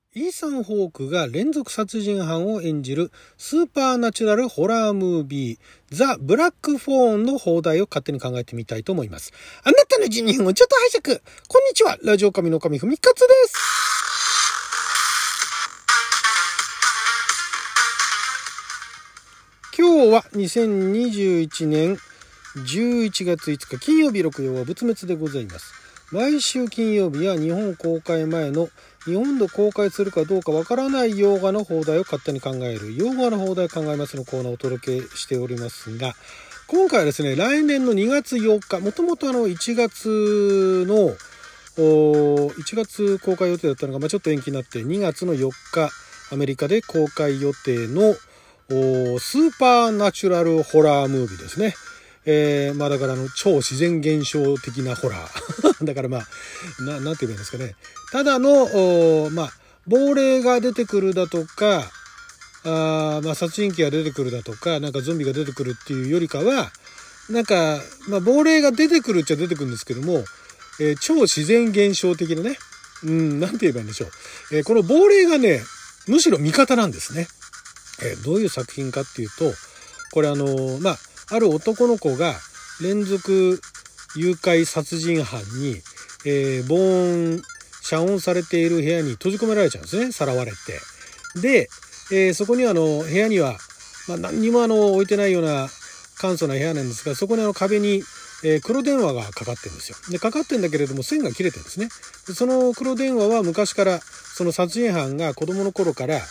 イーサン・ホークが連続殺人犯を演じるスーパーナチュラルホラームービーザ・ブラック・フォーンの放題を勝手に考えてみたいと思います。あなたの12分をちょっと拝借。こんにちは、ラジオ神の神ふみかつです。今日は2021年11月5日金曜日、6曜は仏滅でございます。毎週金曜日は日本公開前の日本で公開するかどうかわからない洋画の放題を勝手に考える洋画の放題を考えますのコーナーをお届けしておりますが、今回はですね、来年の2月4日、もともと1月公開予定だったのが、ちょっと延期になって2月の4日アメリカで公開予定のスーパーナチュラルホラームービーですね。だから超自然現象的なホラーだからなんて言うんですかね、ただの亡霊が出てくるだとか殺人鬼が出てくるだとかゾンビが出てくるっていうよりかは亡霊が出てくるっちゃ出てくるんですけども、超自然現象的なね、なんて言えばいいんでしょう、この亡霊がねむしろ味方なんですね。どういう作品かっていうと、これある男の子が連続誘拐殺人犯に、遮音されている部屋に閉じ込められちゃうんですね。さらわれて。で、そこに部屋には、何にも置いてないような簡素な部屋なんですが、そこに壁に、黒電話がかかってるんですよ。で、かかってるんだけれども線が切れてるんですね。でその黒電話は昔からその殺人犯が子供の頃から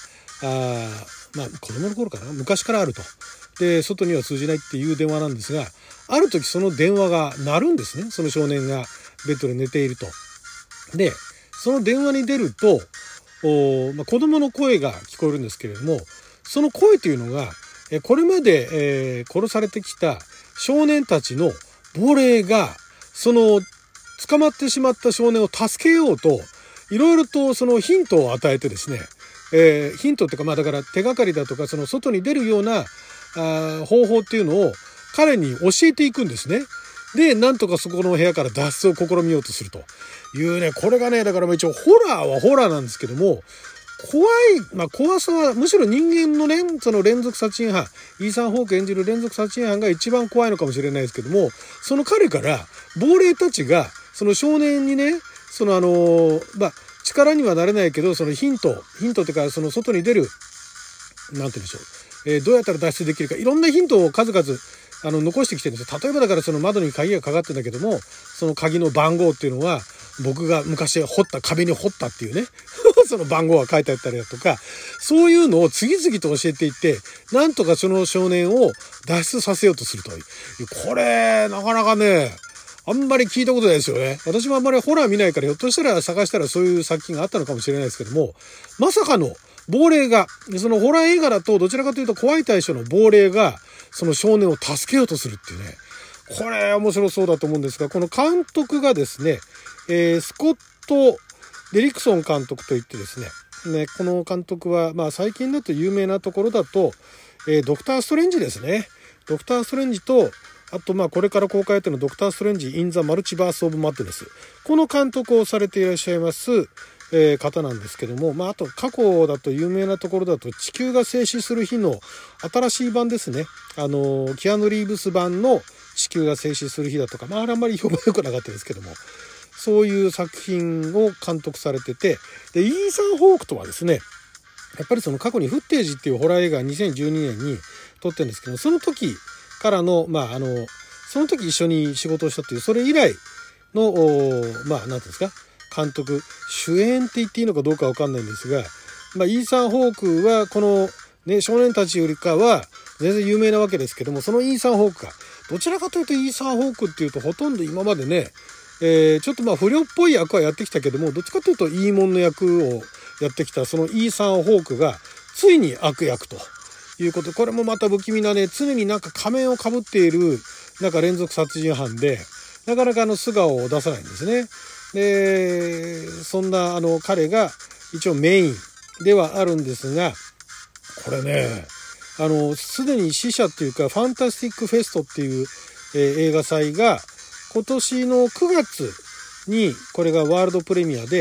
昔からあると。で、外には通じないっていう電話なんですが、ある時その電話が鳴るんですね。その少年がベッドで寝ていると。で、その電話に出ると、子供の声が聞こえるんですけれども、その声というのが、これまで、殺されてきた少年たちの亡霊が、その捕まってしまった少年を助けようと、いろいろとそのヒントを与えてですね、ヒントっていうか、だから手がかりだとか、その外に出るような方法っていうのを彼に教えていくんですね。で、なんとかそこの部屋から脱出を試みようとするというね、これがね、だから一応ホラーはホラーなんですけども、怖さはむしろ人間のね、その連続殺人犯、イーサン・ホーク演じる連続殺人犯が一番怖いのかもしれないですけども、その彼から亡霊たちがその少年にね、その力にはなれないけど、そのヒントっていうか、その外に出るなんて言うんでしょう、どうやったら脱出できるか、いろんなヒントを数々残してきてるんですよ。例えばだからその窓に鍵がかかってるんだけども、その鍵の番号っていうのは僕が昔壁に彫ったっていうねその番号が書いてあったりだとか、そういうのを次々と教えていって、なんとかその少年を脱出させようとするという、これなかなかね、あんまり聞いたことないですよね。私もあんまりホラー見ないから、ひょっとしたら探したらそういう作品があったのかもしれないですけども、まさかの亡霊が、そのホラー映画だとどちらかというと怖い対象の亡霊がその少年を助けようとするっていうね、これ面白そうだと思うんですが、この監督がですね、スコット・デリクソン監督といってですね、この監督は最近だと有名なところだと、ドクター・ストレンジですね。ドクター・ストレンジと、あとこれから公開予定のドクター・ストレンジ・イン・ザ・マルチバース・オブ・マッドネス、この監督をされていらっしゃいます方なんですけども、あと過去だと有名なところだと地球が静止する日の新しい版ですね。キアヌ・リーブス版の地球が静止する日だとか、あれあんまり評判良くなかったですけども、そういう作品を監督されてて、でイーサン・ホークとはですね、やっぱりその過去にフッテージっていうホラー映画2012年に撮ってるんですけど、その時からのその時一緒に仕事をしたっていう、それ以来のなんていうんですか、監督主演って言っていいのかどうかわかんないんですが、イーサン・ホークはこのね、少年たちよりかは全然有名なわけですけども、そのイーサン・ホークがどちらかというと、イーサン・ホークっていうとほとんど今までね、ちょっと不良っぽい役はやってきたけども、どっちかというといいもんの役をやってきたそのイーサン・ホークがついに悪役ということ。これもまた不気味なね、常に仮面をかぶっている連続殺人犯で、なかなか素顔を出さないんですね。で、そんな彼が一応メインではあるんですが、これね、すでに死者っていうかファンタスティックフェストっていう、映画祭が今年の9月にこれがワールドプレミアで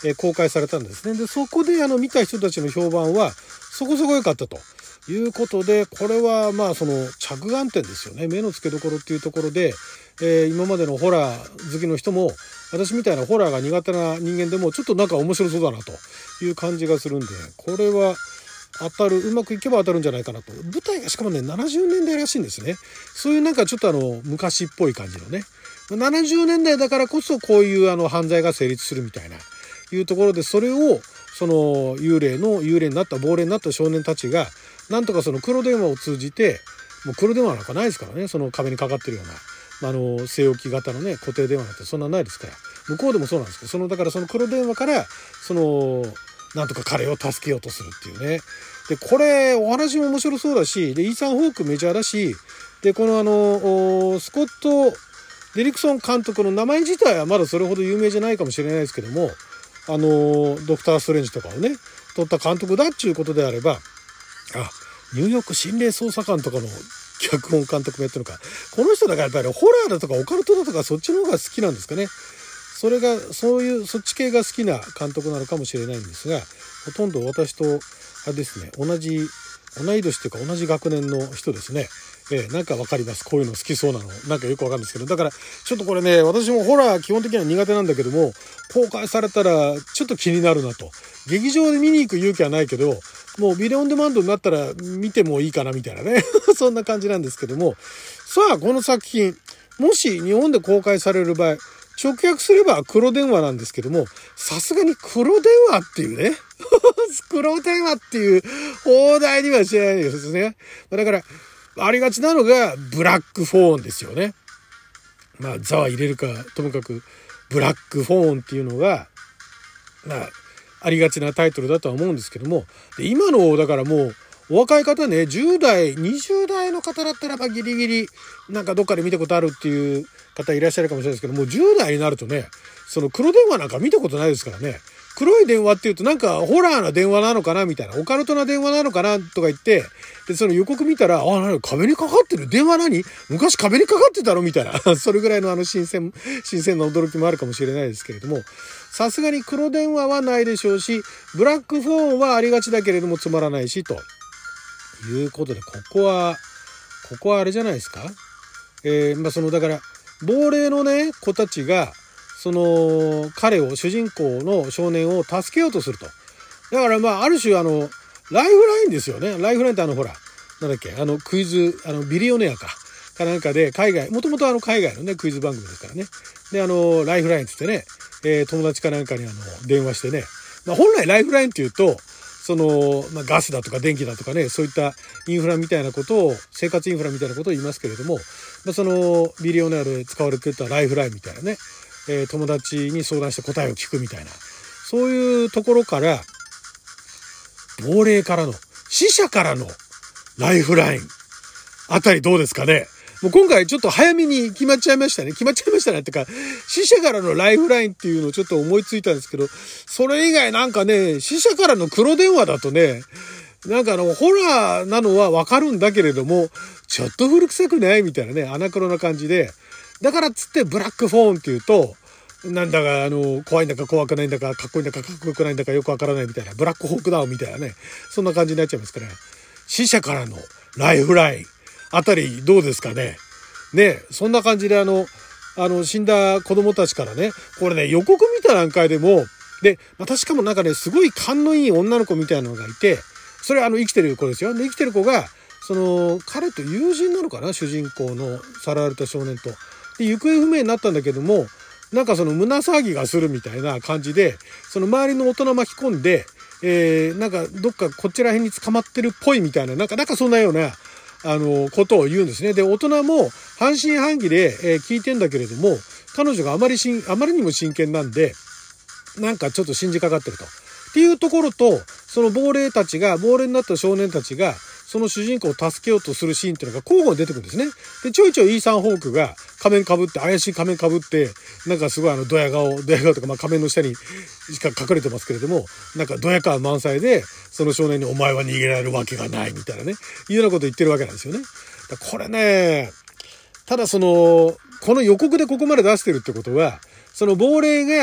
公開されたんですね。で、そこで見た人たちの評判はそこそこ良かったということで、これはまあその着眼点ですよね。目の付けどころっていうところで、今までのホラー好きの人も、私みたいなホラーが苦手な人間でもちょっとなんか面白そうだなという感じがするんで、これはうまくいけば当たるんじゃないかなと。舞台がしかもね70年代らしいんですね。そういうなんかちょっと昔っぽい感じのね、70年代だからこそこういう犯罪が成立するみたいないうところで、それをその幽霊になった亡霊になった少年たちがなんとかその黒電話を通じて、もう黒電話なんかないですからね、その壁にかかってるような据え置き型のね固定電話なんてそんなないですから、向こうでもそうなんですけど、だからその黒電話からなんとか彼を助けようとするっていうね。でこれお話も面白そうだし、でイーサン・ホークメジャーだし、でこのスコット・デリクソン監督の名前自体はまだそれほど有名じゃないかもしれないですけども、ドクター・ストレンジとかをね撮った監督だっていうことであれば、ニューヨーク心霊捜査官とかの脚本監督もやってるのか、この人だからやっぱりホラーだとかオカルトだとかそっちの方が好きなんですかね。そっち系が好きな監督なのかもしれないんですが、ほとんど私とあれですね、同い年というか同じ学年の人ですね。なんかわかります。こういうの好きそうなのなんかよくわかるんですけど、だからちょっとこれね、私もホラー基本的には苦手なんだけども、公開されたらちょっと気になるなと。劇場で見に行く勇気はないけど、もうビデオオンデマンドになったら見てもいいかなみたいなねそんな感じなんですけども、さあこの作品もし日本で公開される場合、直訳すれば黒電話なんですけども、さすがに黒電話っていうね黒電話っていう放題にはしないですね。だからありがちなのがブラックフォーンですよね。まあザは入れるかともかくブラックフォーンっていうのがありがちなタイトルだとは思うんですけども、で今のだからもうお若い方ね、10代20代の方だったらギリギリなんかどっかで見たことあるっていう方いらっしゃるかもしれないですけども、10代になるとね、その黒電話なんか見たことないですからね。黒い電話っていうとなんかホラーな電話なのかなみたいな、オカルトな電話なのかなとか言って、でその予告見たら、壁にかかってる電話昔壁にかかってたのみたいなそれぐらいの新鮮な驚きもあるかもしれないですけれども、さすがに黒電話はないでしょうし、ブラックフォーンはありがちだけれどもつまらないしということで、ここはあれじゃないですか。だから亡霊のね子たちが主人公の少年を助けようとすると。だからある種ライフラインですよね。ライフラインってほらなんだっけ、クイズビリオネアかなんかでもともと海外のねクイズ番組ですからね。でライフラインって言ってね、友達かなんかに電話してね、本来ライフラインっていうとガスだとか電気だとかね、そういったインフラみたいなことを、生活インフラみたいなことを言いますけれども、ビリオネアで使われてたライフラインみたいなね、友達に相談して答えを聞くみたいな、そういうところから亡霊からの、死者からのライフラインあたりどうですかね。もう今回ちょっと早めに決まっちゃいましたねってか、死者からのライフラインっていうのをちょっと思いついたんですけど、それ以外なんかね、死者からの黒電話だとね、なんかホラーなのはわかるんだけれども、ちょっと古臭くないみたいなね、アナクロな感じで、だからっつってブラックフォーンっていうと、なんだか怖いんだか怖くないんだか、かっこいいんだかかっこよくないんだかよくわからないみたいな、ブラックホークダウンみたいなね、そんな感じになっちゃいますから、死者からのライフラインあたりどうですかね。ね、そんな感じで死んだ子供たちからね、これね、予告見た段階でも、で、しかもなんかね、すごい勘のいい女の子みたいなのがいて、それ生きてる子ですよ。で、生きてる子が、彼と友人なのかな、主人公のさらわれた少年と。で、行方不明になったんだけども、なんか胸騒ぎがするみたいな感じで、周りの大人巻き込んで、なんかどっかこちら辺に捕まってるっぽいみたいな、なんかそんなような、ことを言うんですね。で、大人も半信半疑で、聞いてんだけれども、彼女があまりにも真剣なんで、なんかちょっと信じかかってると。っていうところと、亡霊になった少年たちが、その主人公を助けようとするシーンっていうのが交互に出てくるんですね。で、ちょいちょいイーサン・ホークが怪しい仮面被って、なんかすごいドヤ顔とか、仮面の下にしか隠れてますけれども、なんかドヤ感満載で、その少年にお前は逃げられるわけがないみたいなね、いうようなことを言ってるわけなんですよね。これね、ただこの予告でここまで出してるってことは、亡霊が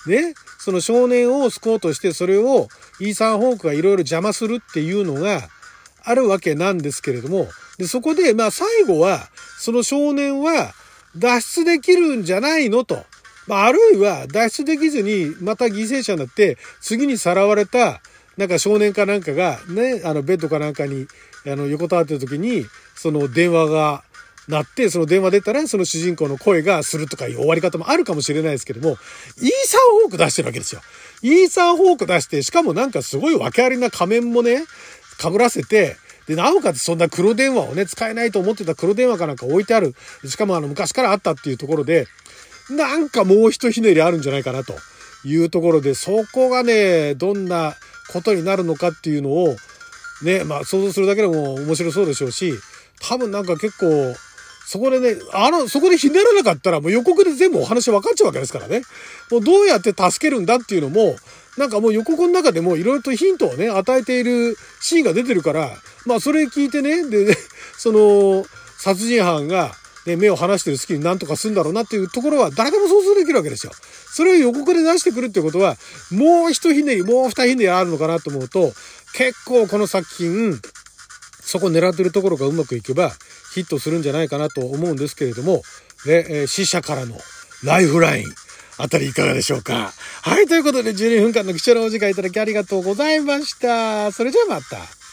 ね、その少年を救おうとして、それをイーサン・ホークがいろいろ邪魔するっていうのがあるわけなんですけれども、で、そこで、最後は、その少年は脱出できるんじゃないのと。あるいは脱出できずにまた犠牲者になって次にさらわれたなんか少年かなんかがね、ベッドかなんかに横たわってる時にその電話が鳴って、その電話出たらその主人公の声がするとかいう終わり方もあるかもしれないですけども、イーサン・ホーク出してるわけですよ。イーサン・ホーク出して、しかもなんかすごい訳ありな仮面もね、被らせて、で、なおかつそんな黒電話をね、使えないと思ってた黒電話かなんか置いてある。しかも昔からあったっていうところで、なんかもう一ひねりあるんじゃないかなというところで、そこがね、どんなことになるのかっていうのを、ね、想像するだけでも面白そうでしょうし、多分なんか結構、そこでね、そこでひねらなかったらもう予告で全部お話分かっちゃうわけですからね。もうどうやって助けるんだっていうのも、なんかもう予告の中でもいろいろとヒントをね、与えているシーンが出てるから、それ聞いてね、で、その、殺人犯が、ね、目を離してる隙に何とかするんだろうなっていうところは誰でも想像できるわけですよ。それを予告で出してくるってことは、もう一ひねり、もう二ひねりあるのかなと思うと、結構この作品、そこ狙ってるところがうまくいけばヒットするんじゃないかなと思うんですけれども、ね、死者からのライフラインあたりいかがでしょうか。はい、ということで12分間の貴重なお時間いただきありがとうございました。それじゃあまた。